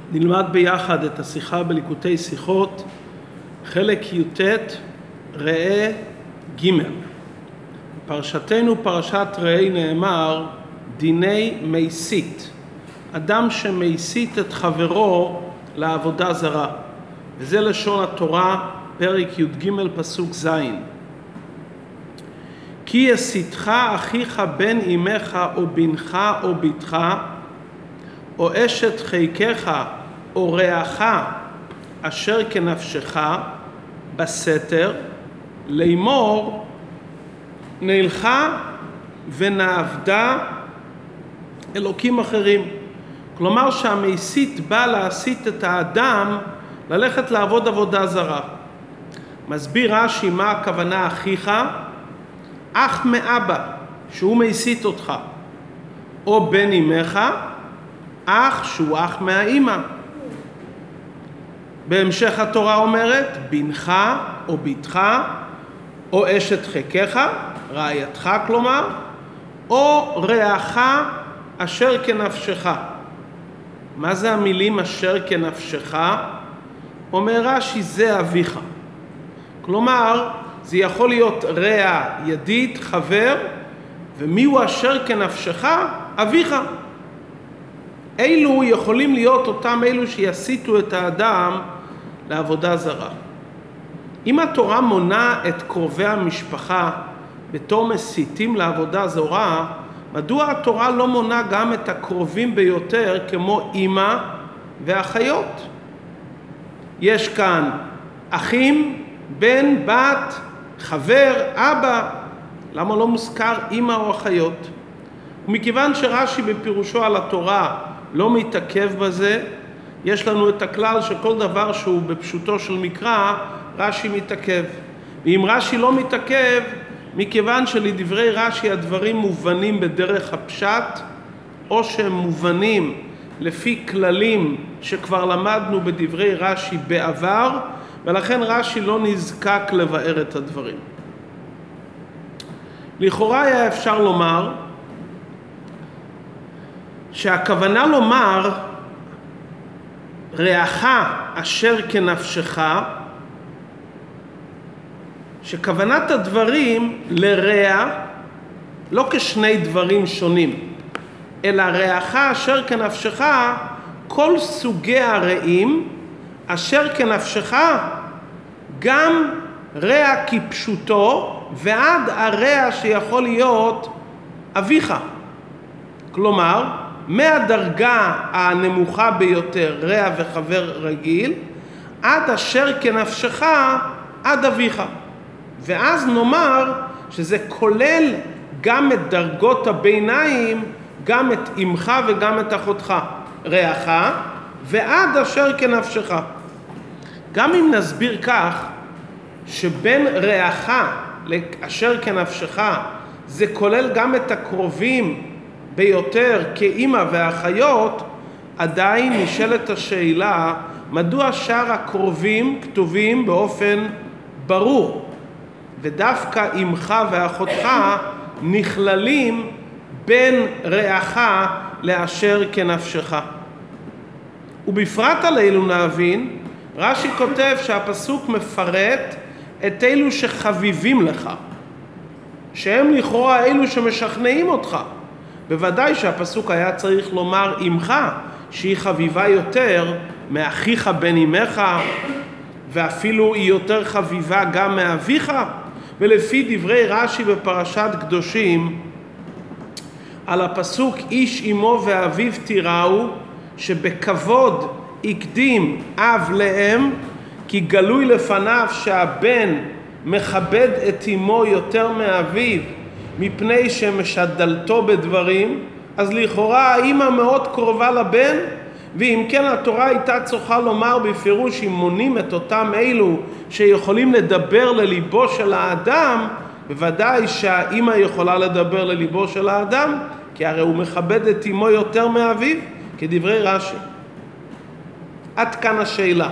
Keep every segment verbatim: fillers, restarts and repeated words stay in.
נלמד ביחד את השיחה בליקוטי שיחות, חלק י"ט, ראה ג'. פרשתנו פרשת ראה נאמר דיני מסית, אדם שמסית את חברו לעבודה זרה, וזה לשון התורה פרק י"ג פסוק ז'. כי יסיתך אחיך בן אמך או בנך או בתך או אשת חיקך או רעך אשר כנפשך בסתר, לאמור נלך ונעבדה אלוקים אחרים. כלומר שהמסית בא להסית את האדם ללכת לעבוד עבודה זרה. מסביר רש"י מה הכוונה אחיך, אח מאבא שהוא מסית אותך, או בן אמך, אח שהוא אח מהאימא. בהמשך התורה אומרת בנך או בתך או אשת חיקך, רעייתך כלומר, או רעך אשר כנפשך. מה זה המילים אשר כנפשך? אומר רש"י זה אביך. כלומר זה יכול להיות רע, ידיד, חבר, ומי הוא אשר כנפשך? אביך. אילו יכולים להיות אותם אלו שיסיתו את האדם לעבודה זרה. אם התורה מונה את קרובי המשפחה בתור מסיתים לעבודה זרה, מדוע התורה לא מונה גם את הקרובים ביותר כמו אמא ואחיות? יש כאן אחים, בן, בת, חבר, אבא. למה לא מוזכר אמא או אחיות? ומכיוון שרש"י בפירושו על התורה לא מתעכב בזה, יש לנו את הכלל שכל דבר שהוא בפשוטו של מקרא, רש"י מתעכב. ואם רש"י לא מתעכב, מכיוון שלדברי רש"י הדברים מובנים בדרך הפשט, או שהם מובנים לפי כללים שכבר למדנו בדברי רש"י בעבר, ולכן רש"י לא נזקק לבאר את הדברים. לכאורה היה אפשר לומר שהכוונה לומר רעך אשר כנפשך, שכוונת הדברים לרע לא כשני דברים שונים, אלא רעך אשר כנפשך כל סוגי הרעים, אשר כנפשך גם רע כפשוטו ועד הרע שיכול להיות אביך. כלומר מהדרגה הנמוכה ביותר רע וחבר רגיל עד אשר כנפשך עד אביך. ואז נאמר שזה כולל גם את דרגות הביניים, גם את אמך וגם את אחותך, רעך ועד אשר כנפשך. גם אם נסביר כך שבין רעך לאשר כנפשך זה כולל גם את הקרובים ביותר כאמא ואחיות, עדיין נשאלת השאלה מדוע שאר הקרובים כתובים באופן ברור ודווקא אמך ואחותך נכללים בין רעך לאשר כנפשך. ובפרט על אלו נבין, רש"י כותב שהפסוק מפרט את אלו שחביבים לך, שהם לכאורה אלו שמשכנעים אותך. בוודאי שהפסוק היה צריך לומר אמך, שהיא חביבה יותר מאחיך בן אמך, ואפילו היא יותר חביבה גם מאביך. ולפי דברי רש"י בפרשת קדושים על הפסוק איש אמו ואביו תיראו, שבכבוד יקדים אב לאם, כי גלוי לפניו שהבן מכבד את אמו יותר מאביו מפני שמשדלתו בדברים. אז לכאורה האמא מאוד קרובה לבן, ואם כן התורה הייתה צריכה לומר בפירוש אם מונים את אותם אלו שיכולים לדבר לליבו של האדם, בוודאי שהאמא יכולה לדבר לליבו של האדם, כי הרי הוא מכבד את אמו יותר מאביו, כדברי רש"י. עד כאן השאלה.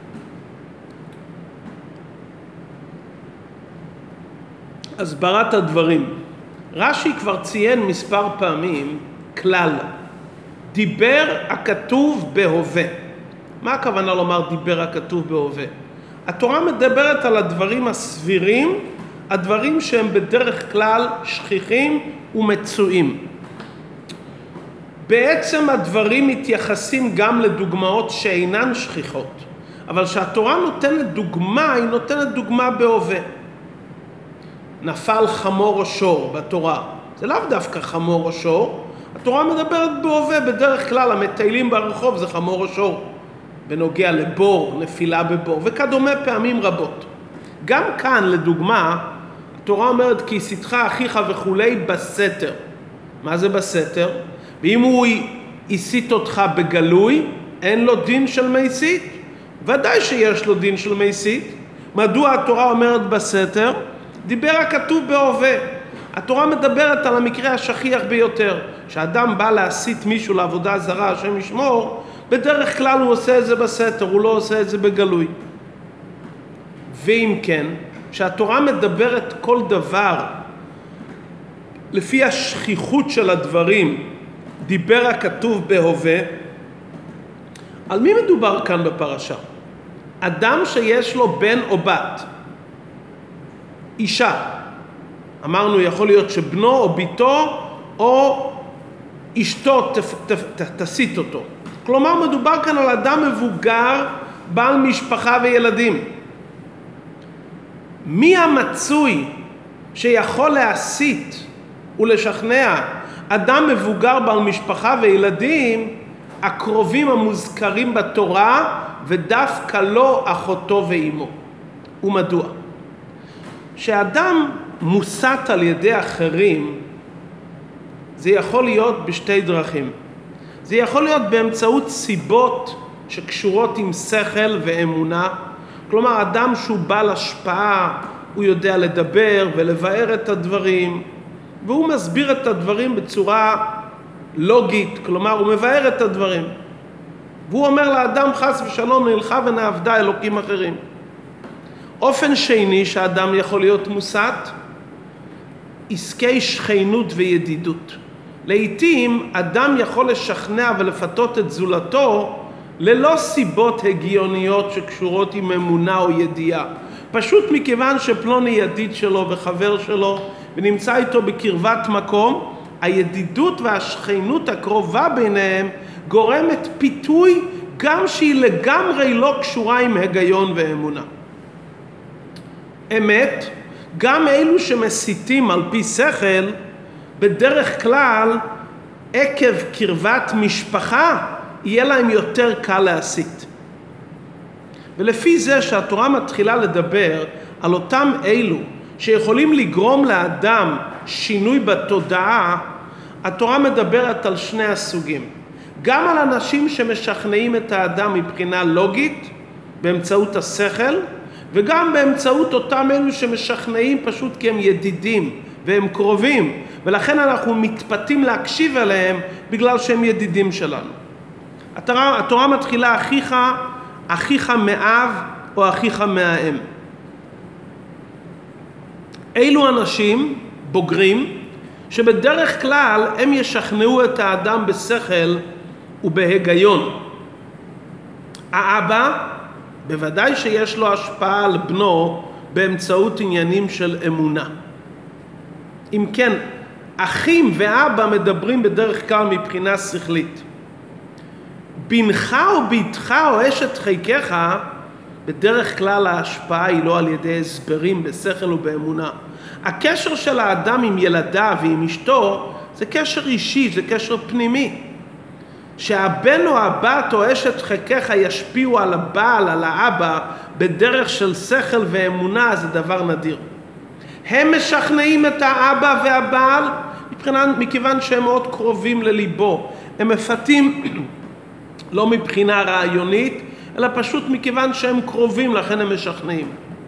הסברת הדברים. רש"י כבר ציין מספר פעמים כלל, דיבר הכתוב בהווה. מה הכוונה לומר דיבר הכתוב בהווה? התורה מדברת על הדברים הסבירים, הדברים שהם בדרך כלל שכיחים ומצויים. בעצם הדברים מתייחסים גם לדוגמאות שאינן שכיחות, אבל כשהתורה נותנת דוגמה, היא נותנת דוגמה בהווה. נפל חמור או שור בתורה, זה לאו דווקא חמור או שור, התורה מדברת בהווה, בדרך כלל המטיילים ברחוב זה חמור או שור, בנוגע לבור, נפילה בבור, וכדומה פעמים רבות. גם כאן לדוגמה, התורה אומרת כי יסיתך אחיך וכולי בסתר. מה זה בסתר? ואם הוא יסית אותך בגלוי, אין לו דין של מסית? ודאי שיש לו דין של מסית. מדוע התורה אומרת בסתר? דיבר הכתוב בהווה. התורה מדברת על המקרה השכיח ביותר, שאדם בא להסית מישהו לעבודה זרה, השם ישמור, בדרך כלל הוא עושה את זה בסתר, הוא לא עושה את זה בגלוי. ואם כן, שהתורה מדברת כל דבר לפי השכיחות של הדברים, דיבר הכתוב בהווה, על מי מדובר כאן בפרשה? אדם שיש לו בן או בת, אישה, אמרנו יכול להיות שבנו או ביתו או אשתו תפ, תפ, ת, תסית אותו. כלומר מדובר כאן על אדם מבוגר, בעל משפחה וילדים. מי המצוי שיכול להסית ולשכנע אדם מבוגר בעל משפחה וילדים? הקרובים המוזכרים בתורה, ודווקא לא אחותו ואימו. ומדוע? שאדם מוסת על ידי אחרים, זה יכול להיות בשתי דרכים. זה יכול להיות באמצעות סיבות שקשורות עם שכל ואמונה. כלומר, אדם שהוא בעל השפעה, הוא יודע לדבר ולבאר את הדברים, והוא מסביר את הדברים בצורה לוגית, כלומר הוא מבאר את הדברים. והוא אומר לאדם חס ושלום נלכה ונעבדה אלוקים אחרים. אופן שני שהאדם יכול להיות מוסת, עסקי שכנות וידידות. לעתים אדם יכול לשכנע ולפתות את זולתו ללא סיבות הגיוניות שקשורות עם אמונה או ידיעה. פשוט מכיוון שפלוני ידיד שלו וחבר שלו ונמצא איתו בקרבת מקום, הידידות והשכנות הקרובה ביניהם גורמת פיתוי גם שהיא לגמרי לא קשורה עם היגיון ואמונה. אמת, גם אלו שמסיתים על פי שכל, בדרך כלל עקב קרבת משפחה יהיה להם יותר קל להסית. ולפי זה שהתורה מתחילה לדבר על אותם אלו שיכולים לגרום לאדם שינוי בתודעה, התורה מדברת על שני הסוגים. גם על אנשים שמשכנעים את האדם מבחינה לוגית, באמצעות השכל, וגם באמצעות אותם אלו שמשכנעים פשוט כי הם ידידים והם קרובים, ולכן אנחנו מתפתים להקשיב אליהם בגלל שהם ידידים שלנו. התורה, התורה מתחילה אחיך, אחיך מאב או אחיך מהאם. אילו אנשים בוגרים שבדרך כלל הם ישכנעו את האדם בשכל ובהיגיון. האבא בוודאי שיש לו השפעה על בנו באמצעות עניינים של אמונה. אם כן, אחים ואבא מדברים בדרך כלל מבחינה שכלית. בנך או ביתך או אשת חיקך, בדרך כלל ההשפעה היא לא על ידי הסברים בשכל ובאמונה. הקשר של האדם עם ילדיו ועם אשתו זה קשר אישי, זה קשר פנימי. שהבן או הבת או אשת חיקך ישפיעו על הבעל, על האבא, בדרך של שכל ואמונה, זה דבר נדיר. הם משכנעים את האבא והבעל מבחינה, מכיוון שהם מאוד קרובים לליבו. הם מפתים לא מבחינה רעיונית, אלא פשוט מכיוון שהם קרובים, לכן הם משכנעים.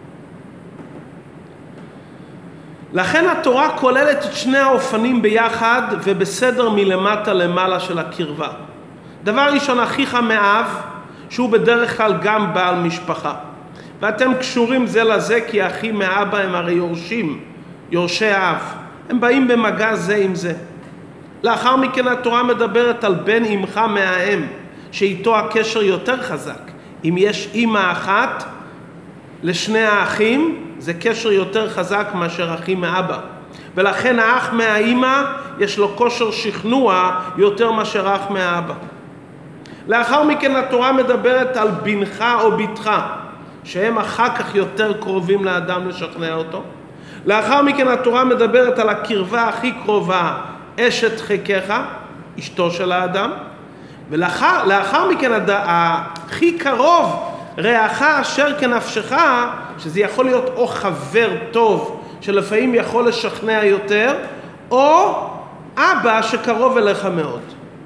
לכן התורה כוללת את שני האופנים ביחד ובסדר מלמטה למעלה של הקרבה. דבר ראשון, אחיך מאב, שהוא בדרך כלל גם בעל משפחה. ואתם קשורים זה לזה כי אחי מאבא הם הרי יורשים, יורשי אב. הם באים במגע זה עם זה. לאחר מכן התורה מדברת על בן אמך מהאם, שאיתו הקשר יותר חזק. אם יש אמא אחת לשני האחים, זה קשר יותר חזק מאשר אחים מאבא. ולכן האח מהאמא יש לו כושר שכנוע יותר מאשר אח מהאבא. לאחר מכן התורה מדברת על בנך או בתך, שהם אחר כך יותר קרובים לאדם לשכנע אותו. לאחר מכן התורה מדברת על הקרבה הכי קרובה, אשת חיקך, אשתו של האדם. ולאחר לאחר מכן הד... הכי קרוב, רעך אשר כנפשך, שזה יכול להיות או חבר טוב, שלפעמים יכול לשכנע יותר, או אבא שקרוב אליך מאוד.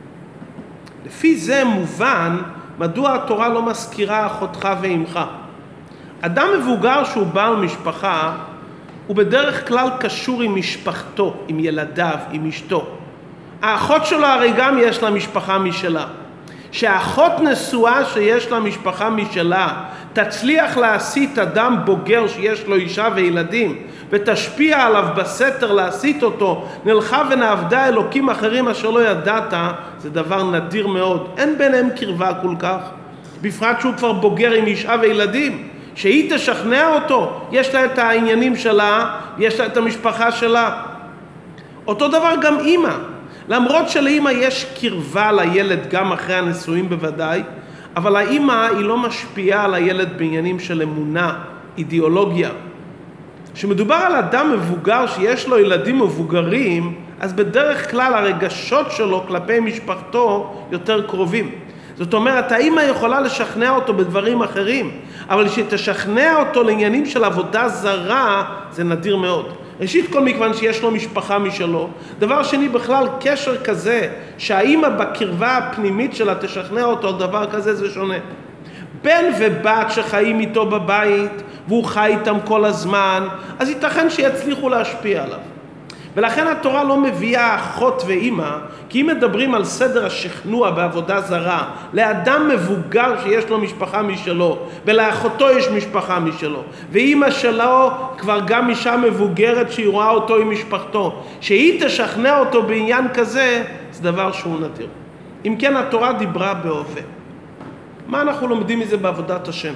לפי זה מובן מדוע התורה לא מזכירה אחותך ואמך. אדם מבוגר שהוא בעל משפחה, הוא בדרך כלל קשור עם משפחתו, עם ילדיו, עם אשתו. האחות שלו הרי גם יש לה משפחה משלה. שהאחות נשואה שיש לה משפחה משלה תצליח להסית אדם בוגר שיש לו אישה וילדים ותשפיע עליו בסתר להסית אותו, נלכה ונעבדה אלוקים אחרים אשר לא ידעת, זה דבר נדיר מאוד. אין ביניהם קרבה כל כך, בפרט שהוא כבר בוגר עם אישה וילדים, שהיא תשכנע אותו, יש לה את העניינים שלה, יש לה את המשפחה שלה. אותו דבר גם אמא, למרות שלאמא יש קרבה לילד גם אחרי הנישואים בוודאי, אבל האמא היא לא משפיעה על הילד בעניינים של אמונה, אידיאולוגיה. כשמדובר על אדם מבוגר שיש לו ילדים מבוגרים, אז בדרך כלל הרגשות שלו כלפי משפחתו יותר קרובים. זאת אומרת, האמא יכולה לשכנע אותו בדברים אחרים, אבל כשתשכנע אותו לעניינים של עבודה זרה, זה נדיר מאוד. ראשית כל מכיוון שיש לו משפחה משלו. דבר שני, בכלל קשר כזה, שהאמא בקרבה הפנימית שלה תשכנע אותו על דבר כזה, זה שונה. בן ובת שחיים איתו בבית, והוא חי איתם כל הזמן, אז ייתכן שיצליחו להשפיע עליו. ולכן התורה לא מביאה אחות ואמא, כי אם מדברים על סדר השכנוע בעבודה זרה, לאדם מבוגר שיש לו משפחה משלו, ולאחותו יש משפחה משלו, ואמא שלו כבר גם אישה מבוגרת שהיא רואה אותו עם משפחתו, שהיא תשכנע אותו בעניין כזה, זה דבר שהוא נדיר. אם כן, התורה דיברה בהווה. מה אנחנו לומדים מזה בעבודת השם?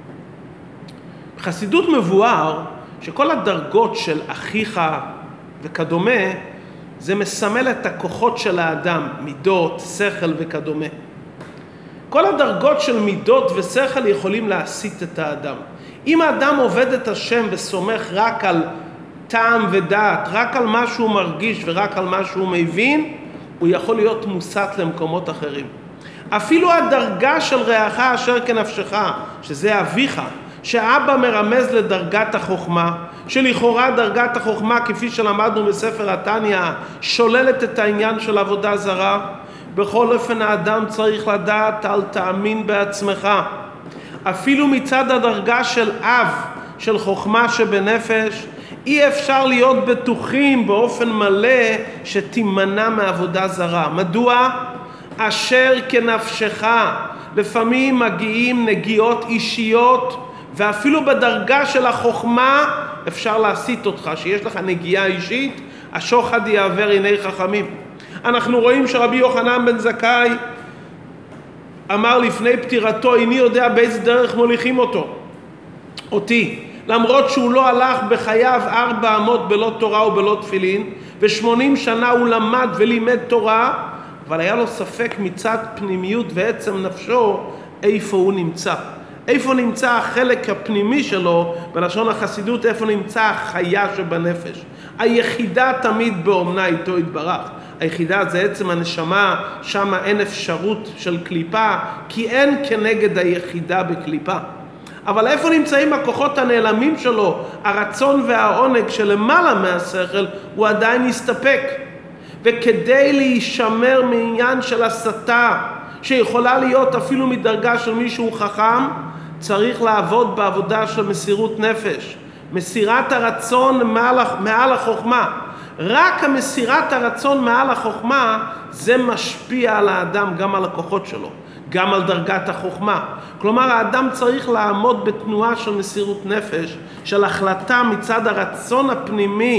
בחסידות מבואר שכל הדרגות של אחיך וכדומה, זה מסמל את הכוחות של האדם, מידות, שכל וכדומה. כל הדרגות של מידות ושכל יכולים להסיט את האדם. אם האדם עובד את השם וסומך רק על טעם ודעת, רק על מה שהוא מרגיש ורק על מה שהוא מבין, הוא יכול להיות מוסת למקומות אחרים. אפילו הדרגה של רעך אשר כנפשך, שזה אביך, שאבא מרמז לדרגת החוכמה, שלכאורה דרגת החוכמה כפי שלמדנו בספר התניא שוללת את העניין של עבודה זרה. בכל אופן האדם צריך לדעת אל תאמין בעצמך. אפילו מצד הדרגה של אב, של חוכמה שבנפש, אי אפשר להיות בטוחים באופן מלא שתימנע מעבודה זרה. מדוע? אשר כנפשך. לפעמים מגיעים נגיעות אישיות, ואפילו בדרגה של החוכמה אפשר להסיט אותך, שיש לך נגיעה אישית, השוחד יעבר עיני חכמים. אנחנו רואים שרבי יוחנן בן זכאי אמר לפני פטירתו, איני יודע באיזה דרך מוליכים אותו, אותי. למרות שהוא לא הלך בחייו ארבע אמות בלא תורה ובלא תפילין, ושמונים שנה הוא למד ולימד תורה, אבל היה לו ספק מצד פנימיות ועצם נפשו איפה הוא נמצא. איפה נמצא החלק הפנימי שלו, בלשון החסידות, איפה נמצא החיה שבנפש. היחידה תמיד באומנה איתו יתברך. היחידה זה עצם הנשמה, שם אין אפשרות של קליפה, כי אין כנגד היחידה בקליפה. אבל איפה נמצאים הכוחות הנעלמים שלו, הרצון והעונג שלמעלה מהשכל, הוא עדיין יסתפק. וכדי להישמר מעניין של הסתה, שיכולה להיות אפילו מדרגה של מישהו חכם, צריך לעבוד בעבודה של מסירות נפש, מסירת הרצון מעל, מעל החוכמה. רק המסירת הרצון מעל החוכמה, זה משפיע על האדם, גם על הכוחות שלו, גם על דרגת החוכמה. כלומר, האדם צריך לעמוד בתנועה של מסירות נפש, של החלטה מצד הרצון הפנימי,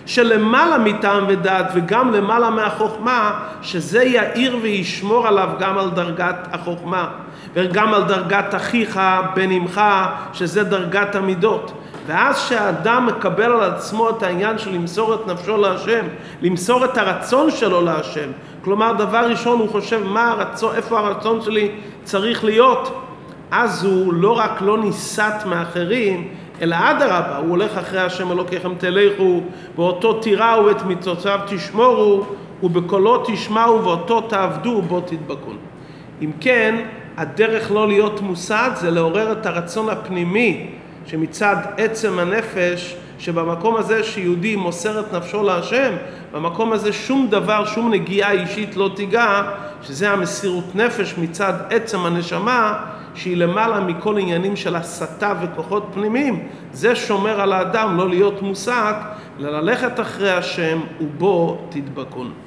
שלמעלה מטעם ודעת וגם למעלה מהחוכמה, שזה יאיר וישמור עליו גם על דרגת החוכמה, וגם על דרגת אחיך, בן אמך, שזה דרגת המידות. ואז שהאדם מקבל על עצמו את העניין של למסור את נפשו להשם, למסור את הרצון שלו להשם, כלומר דבר ראשון הוא חושב מה הרצון, איפה הרצון שלי צריך להיות, אז הוא לא רק לא ניסת מאחרים, אלא אדרבה, הוא הולך אחרי השם אלוקיכם תלכו, באותו תיראו את מצוותיו תשמורו, ובקולו תשמעו ואותו תעבדו ובו תדבקון. אם כן, הדרך לא להיות מוסד זה לעורר את הרצון הפנימי, שמצד עצם הנפש, שבמקום הזה שיהודי מוסר את נפשו להשם, במקום הזה שום דבר, שום נגיעה אישית לא תיגע, שזה המסירות נפש מצד עצם הנשמה, שהיא למעלה מכל עניינים של הסתה וכוחות פנימיים, זה שומר על האדם לא להיות מוסק, ללכת אחרי השם ובו תדבקון.